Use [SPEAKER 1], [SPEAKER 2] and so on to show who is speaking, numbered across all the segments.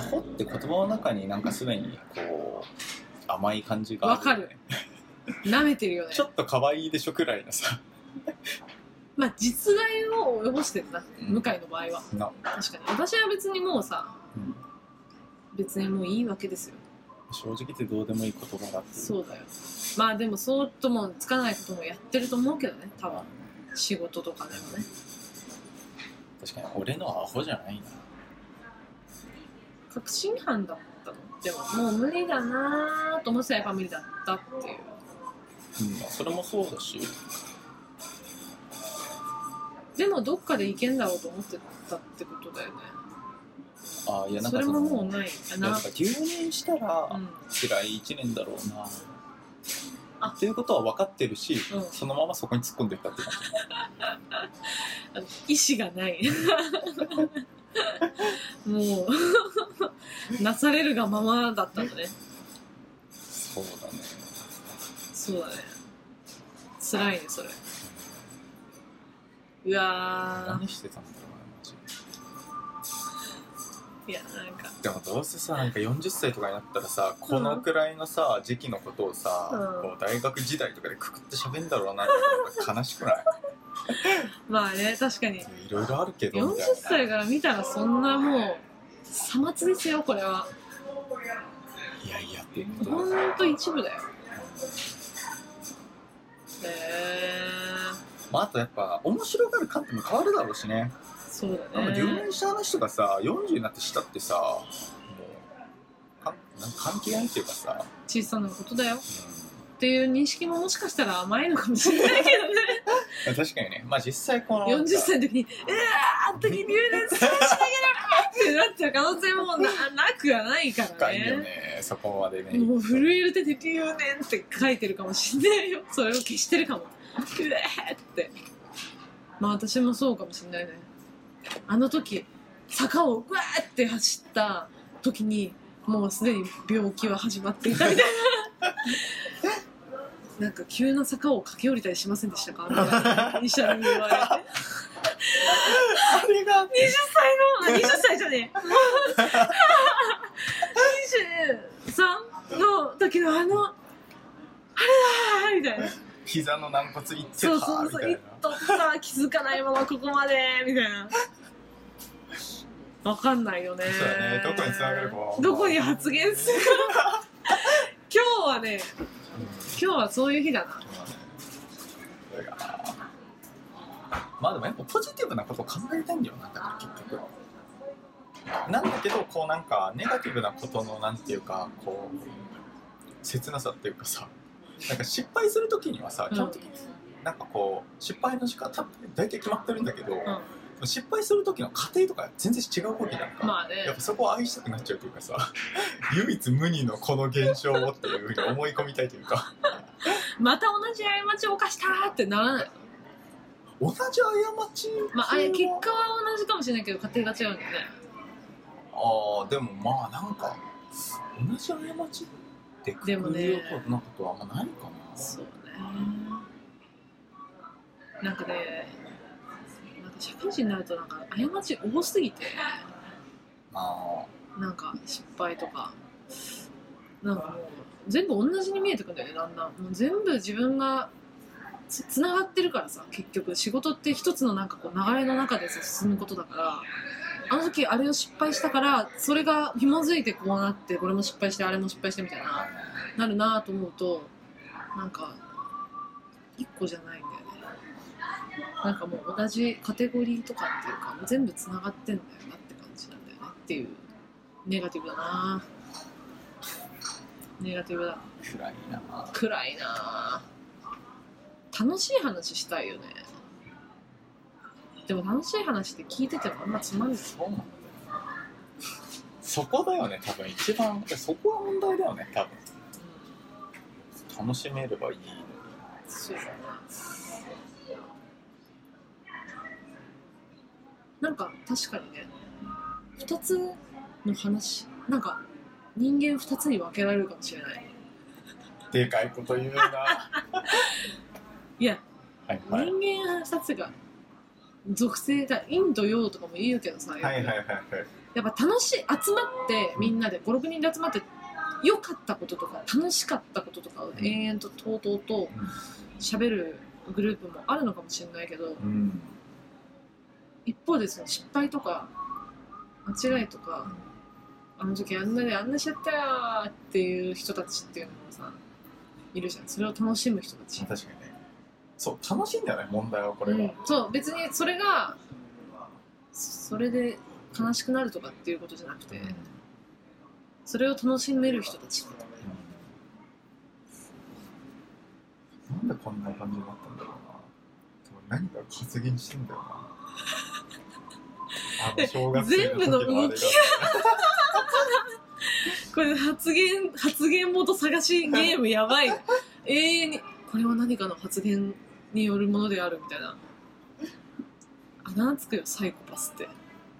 [SPEAKER 1] ホって言葉の中になんかすでにこう甘い感じがある、ね、
[SPEAKER 2] わかる舐めてるよね。
[SPEAKER 1] ちょっと可愛いでしょくらいのさ
[SPEAKER 2] まあ実害を及ぼしてるな、向井の場合は。確かに私は別にもうさ、別にもういいわけですよ。
[SPEAKER 1] 正直言ってどうでもいい言葉だっていう。
[SPEAKER 2] そうだよ。まあでもそうともつかないこともやってると思うけどね、多分仕事とかでもね。
[SPEAKER 1] 確かに俺のアホじゃないな。
[SPEAKER 2] 確信犯だったの。でももう無理だなと思ってたらやっぱ無理だったっていう。
[SPEAKER 1] それもそうだし、
[SPEAKER 2] でもどっかでいけんだろうと思ってたってことだよね。
[SPEAKER 1] いやなんか
[SPEAKER 2] それももうない
[SPEAKER 1] なんか留年したら辛い1年だろうな、っていうことは分かってるし、そのままそこに突っ込んでいったって感
[SPEAKER 2] じ。意志がないもうなされるがままだったんだね。
[SPEAKER 1] そうだね。
[SPEAKER 2] そうだね。辛いねそれ。うわー。
[SPEAKER 1] 何してたんだろうなマジで。
[SPEAKER 2] いやなんか
[SPEAKER 1] でもどうせさなんか40歳とかになったらさこのくらいのさ時期のことをさ、こう大学時代とかでくくって喋んだろうなって悲しくない
[SPEAKER 2] まあね確かにい
[SPEAKER 1] ろいろあるけど
[SPEAKER 2] 40歳から見たらそんなもうさまつですよこれは。
[SPEAKER 1] いやいやっていうこと
[SPEAKER 2] ほんと一部だよ。
[SPEAKER 1] まあ、あとやっぱ面白がる観点も変わるだろうしね。
[SPEAKER 2] そうだね。
[SPEAKER 1] 留年した話とかさ40になってしたってさもう関係ないっていうかさ
[SPEAKER 2] 小さなことだよ、っていう認識ももしかしたら甘いのかもしれないけどね
[SPEAKER 1] 確かにね。まあ実際この
[SPEAKER 2] 40歳の時にあの時留年させてあげるってなっちゃう可能性も なくはないからね。
[SPEAKER 1] 深いよねそこまでね。
[SPEAKER 2] もう震える手で留年って書いてるかもしれないよ。それを消してるかも。うえーってまあ私もそうかもしれないね。あの時坂をうわーって走った時にもうすでに病気は始まっていたみたいななんか急な坂を駆け下りたりしませんでしたかみたいな医者に言われてあれが20歳の20歳じゃねえ23の時のあれだーみたいな
[SPEAKER 1] 膝の軟骨いってた
[SPEAKER 2] そうそうそう、いっとった気づかないままここまでみたいな。わかんないよね。
[SPEAKER 1] そうだね。どこに繋がるか。
[SPEAKER 2] どこに発言するか。今日はね、今日はそういう日だな。
[SPEAKER 1] まあでもやっぱポジティブなことを考えたいんだよな、だから結局。なんだけどこうなんかネガティブなことのなんていうかこう切なさっていうかさ。なんか失敗するときにはさ、基本的になんかこう失敗の仕方って大体決まってるんだけど、失敗するときの過程とか全然違うわけじゃんか、
[SPEAKER 2] まあね、
[SPEAKER 1] やっぱそこを愛したくなっちゃうというかさ唯一無二のこの現象をっていうふうに思い込みたいというか
[SPEAKER 2] また同じ過ちを犯したーってならない。
[SPEAKER 1] 同じ過ち、
[SPEAKER 2] まあ、結果は同じかもしれないけど過程が違うんだよね。
[SPEAKER 1] でもまあなんか同じ過ちってくくるようなことはあんまないかな。
[SPEAKER 2] そうね。なんかね、なんか社会人になるとなんか過ち多すぎて、なんか失敗とかなんかもう全部同じに見えてくんだよね。だんだんもう全部自分がつながってるからさ、結局仕事って一つのなんかこう流れの中で進むことだから、あの時あれを失敗したからそれが紐づいてこうなって、これも失敗してあれも失敗してみたいなるなと思うと、なんか一個じゃないんだよね。なんかもう同じカテゴリーとかっていうか全部つながってんだよなって感じなんだよねっていう。ネガティブだな。ネガティブだ。暗いな。楽しい話したいよね。でも楽しい話って聞いててもあんまつまんない。
[SPEAKER 1] そうなんだよ。そこだよね、多分一番そこは問題だよね、多分、楽しめればいいのに。
[SPEAKER 2] そうだね。なんか確かにね、2つの話、なんか人間2つに分けられるかもしれない。
[SPEAKER 1] でかいこと言うな。
[SPEAKER 2] いや、はいはい、人間2つが属性だ、陰と陽とかも言うけどさ、ややっぱ楽しい、集まってみんなで56人で集まって良かったこととか楽しかったこととかを延々ととうとうと喋るグループもあるのかもしれないけど、一方でその失敗とか間違いとか、あの時あんなしちゃったよーっていう人たちっていうのもさいるじゃん。それを楽しむ人たち。
[SPEAKER 1] 確かにね。そう楽しいんだよね、問題はこれが、
[SPEAKER 2] そう別にそれがそれで悲しくなるとかっていうことじゃなくて、それを楽しめる人たち、
[SPEAKER 1] なんでこんな感じになったんだろうな。何か発言してんだよな。小学生
[SPEAKER 2] 全部の動きこれ発言元探しゲームやばい永遠にこれは何かの発言によるものであるみたいな。あだ名つくよサイコパスって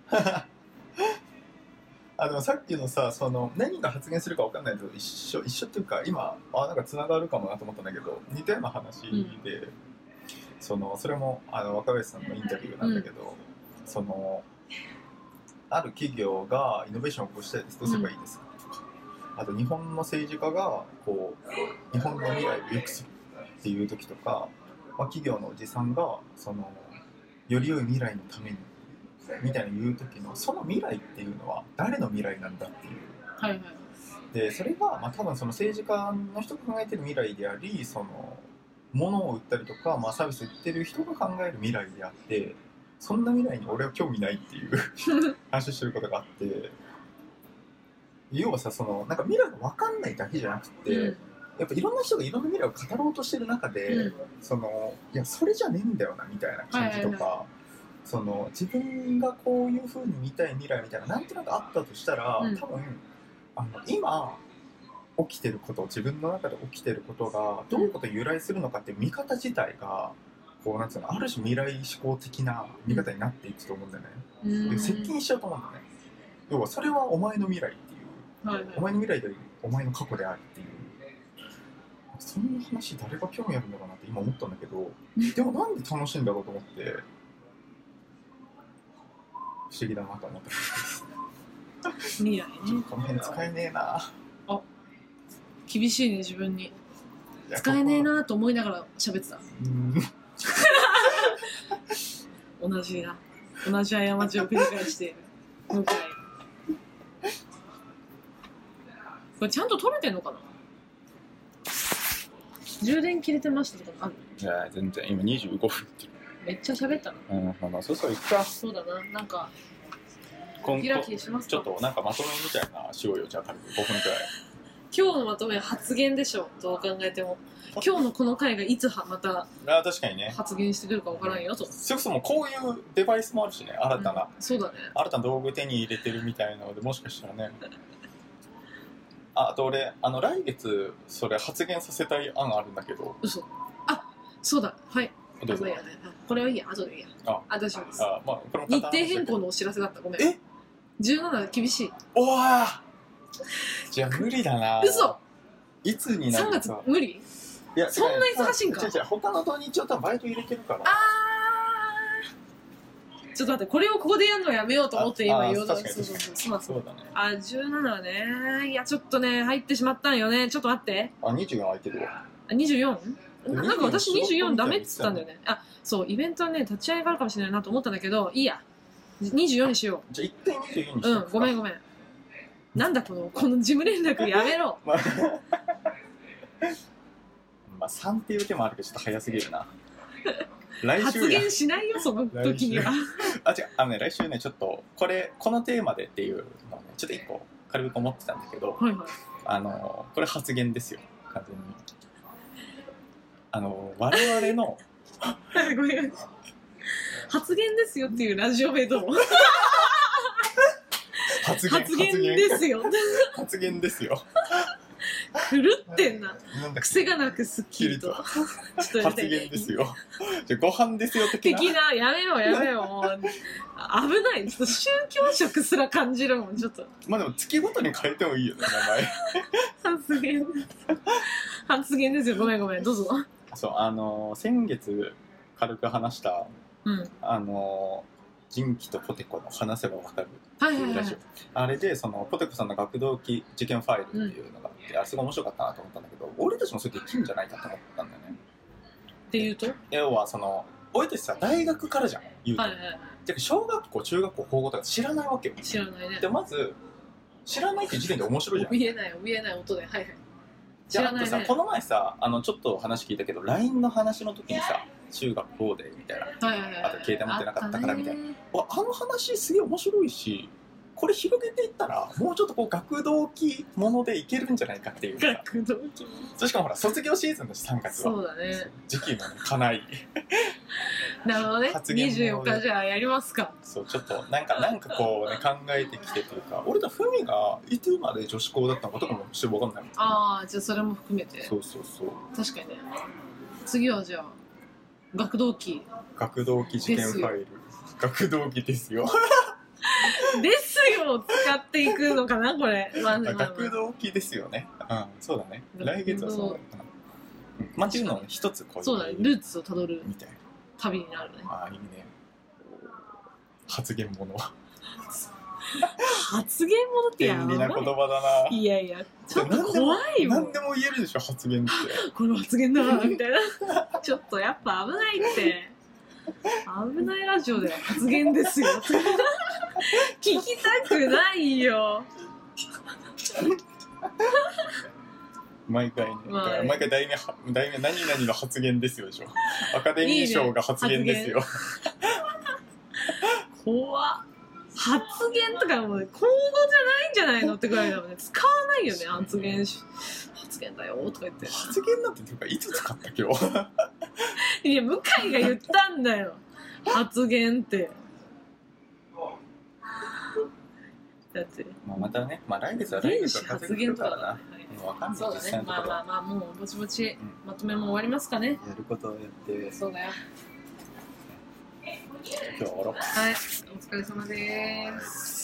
[SPEAKER 1] でもさっきのさ、その何が発言するか分かんないと一緒っていうか、今なんかつながるかもなと思ったんだけど、似たような話で、それも若林さんのインタビューなんだけど、そのある企業がイノベーションを起こしたいです、どうすればいいですかとか、あと日本の政治家がこう日本の未来を良くするっていう時とか、企業のおじさんがそのより良い未来のためにみたいな言う時のその未来っていうのは誰の未来なんだっていう、
[SPEAKER 2] はいはい、
[SPEAKER 1] でそれが、多分その政治家の人が考えてる未来であり、その物を売ったりとか、サービス売ってる人が考える未来であって、そんな未来に俺は興味ないっていう話をしてることがあって、要はさ、そのなんか未来が分かんないだけじゃなくて、やっぱいろんな人がいろんな未来を語ろうとしてる中で、いやそれじゃねえんだよなみたいな感じとか、その自分がこういう風に見たい未来みたいななんとなくあったとしたら、多分今起きてること、自分の中で起きてることがどういうことに由来するのかっていう見方自体がこうなんつうの、ある種未来志向的な見方になっていくと思うんだよね。接近しちゃうと思うんだよね。要はそれはお前の未来っていう、お前の未来でお前の過去であるっていう、そんな話誰が興味あるんだろうなって今思ったんだけど、でもなんで楽しいんだろうと思って不思議だなと思ったんです。
[SPEAKER 2] 未来ね。
[SPEAKER 1] この辺使えねえな。
[SPEAKER 2] 厳しいね自分に。使えねえなと思いながら喋ってた。同じ過ちを繰り返している向井。これちゃんと撮れてんのかな。充電切れてましたとかある？
[SPEAKER 1] いや全然今25分って
[SPEAKER 2] めっちゃ喋ったの。
[SPEAKER 1] そうそういっか。
[SPEAKER 2] そうだな、なんかキラキラしますか。
[SPEAKER 1] ちょっとなんかまとめみたいなしようよ、じゃあ軽く5分くらい。
[SPEAKER 2] 今日のまとめ発言でしょ、どう考えても。今日のこの回がいつまた
[SPEAKER 1] 確かにね
[SPEAKER 2] 発言してくるか分からんよと。
[SPEAKER 1] そもそもこういうデバイスもあるしね、新たな、
[SPEAKER 2] そうだね、
[SPEAKER 1] 新たな道具手に入れてるみたいなので、もしかしたらねあと俺来月それ発言させたい案あるんだけど。
[SPEAKER 2] 嘘。そうだ、はい。
[SPEAKER 1] どうぞ。
[SPEAKER 2] これはいいや、後でいいや。大丈夫です。
[SPEAKER 1] これも
[SPEAKER 2] 日程変更のお知らせだった、ごめん。17厳しい。
[SPEAKER 1] おわじゃあ無理だな。
[SPEAKER 2] 嘘。
[SPEAKER 1] いつになるか。
[SPEAKER 2] 3月無理。いや、そんな忙しいんか。
[SPEAKER 1] 他の土日は多分バイト入れてるから。
[SPEAKER 2] ちょっと待って、これをここでやるのやめようと思って今言おうと。
[SPEAKER 1] そうだね。
[SPEAKER 2] 17ね。いや、ちょっとね、入ってしまったんよね。ちょっと待って。
[SPEAKER 1] 24空いてるわ。
[SPEAKER 2] 24？なんか私24ダメっつったんだよね。そう、イベントはね、立ち会いがあるかもしれないなと思ったんだけど、いいや。24にしよう。
[SPEAKER 1] じゃあ一回24にしよう。
[SPEAKER 2] ごめん。なんだこの事務連絡やめろ。
[SPEAKER 1] 3っていう手もあるけどちょっと早すぎるな。来週
[SPEAKER 2] 発言しないよその時には。
[SPEAKER 1] 違う、来週ね、ちょっとこのテーマでっていうのをね、ちょっと1個軽く思ってたんだけど、これ発言ですよ、完全に。我々の
[SPEAKER 2] ごめん、発言ですよっていうラジオ名どう？発言ですよ。
[SPEAKER 1] 発言ですよ。
[SPEAKER 2] 狂ってんな。癖がなくスッキリと。
[SPEAKER 1] 発言ですよ。じゃご飯ですよ的
[SPEAKER 2] な。やめよう。危ない。ちょっと宗教色すら感じるもん、ちょっと。
[SPEAKER 1] でも月ごとに変えてもいいよね、名前。
[SPEAKER 2] 発言ですよ。ごめん、どうぞ。
[SPEAKER 1] そう、先月軽く話した、 人気とポテコの話せばわかる
[SPEAKER 2] はいはいはい
[SPEAKER 1] ラジオ、あれでそのポテコさんの学童期事件ファイルっていうのがあって、あれすごい面白かったなと思ったんだけど、俺たちもそれできるんじゃないかと思ったんだよね。
[SPEAKER 2] っていうと、
[SPEAKER 1] 要はその俺たちさ大学からじゃん言うと、
[SPEAKER 2] はいはいはい、
[SPEAKER 1] てか小学校中学校高校とか知らないわけよ。
[SPEAKER 2] 知らないね。
[SPEAKER 1] でまず知らないっていう時点で面白いじゃん。
[SPEAKER 2] 怯えない音で、はいはい。
[SPEAKER 1] じゃあ、あとさ、この前さ、ちょっと話聞いたけど LINE の話の時にさ、中学校でみたいな、
[SPEAKER 2] はいはいはい、
[SPEAKER 1] あと携帯持ってなかったからみたいな、
[SPEAKER 2] あ
[SPEAKER 1] の話すげえ面白いし、これ広げていったらもうちょっとこう学童期ものでいけるんじゃないかっていうさ。
[SPEAKER 2] 学童期も
[SPEAKER 1] しかもほら卒業シーズンだし3月は。
[SPEAKER 2] そうだね。
[SPEAKER 1] 時期もかない。
[SPEAKER 2] なるほどね。
[SPEAKER 1] 発言も
[SPEAKER 2] 24日じゃあやりますか。
[SPEAKER 1] そうちょっとなんかこうね考えてきてというか、俺とふみがいつまで女子校だったのかとかもちょっと分かんない。
[SPEAKER 2] ああ、じゃあそれも含めて。
[SPEAKER 1] そうそうそう。
[SPEAKER 2] 確かにね。次はじゃあ学童期
[SPEAKER 1] 事件ファイル。学童期ですよ。
[SPEAKER 2] ですよを使っていくのかなこれ。
[SPEAKER 1] 学童期ですよね。うん、そうだね。来月はそうなのかな。まあっていうのを一つこう。
[SPEAKER 2] そうだね。ルーツをたどる
[SPEAKER 1] みたいな
[SPEAKER 2] 旅になるね。
[SPEAKER 1] ああいいね。発言物。
[SPEAKER 2] 発言物ってやばい。
[SPEAKER 1] 便利な言葉だな。
[SPEAKER 2] いやいや、ちょっと怖いもん。
[SPEAKER 1] 何でも言えるでしょ発言って。
[SPEAKER 2] この発言だみたいな。ちょっとやっぱ危ないって。危ないラジオで発言ですよ。聞きたくないよ。
[SPEAKER 1] 毎回ね、毎回題名何々の発言ですよでしょ。アカデミー賞が発言ですよ。
[SPEAKER 2] 怖っ。発言とかもう、ね、口語じゃないんじゃないのってぐらいだもんね。使わないよね、発言だよとか言って。
[SPEAKER 1] 発言なんていうかいつ使った今日。
[SPEAKER 2] いや、向井が言ったんだよ。発言って。だって。
[SPEAKER 1] またね、来月は
[SPEAKER 2] 発言とかだね。
[SPEAKER 1] わかんない。
[SPEAKER 2] そうだね。まあ、もうぼちぼち、まとめも終わりますかね。
[SPEAKER 1] やることをやって。
[SPEAKER 2] そうだよ。
[SPEAKER 1] 今日は終わろう。
[SPEAKER 2] はい、お疲れ様です。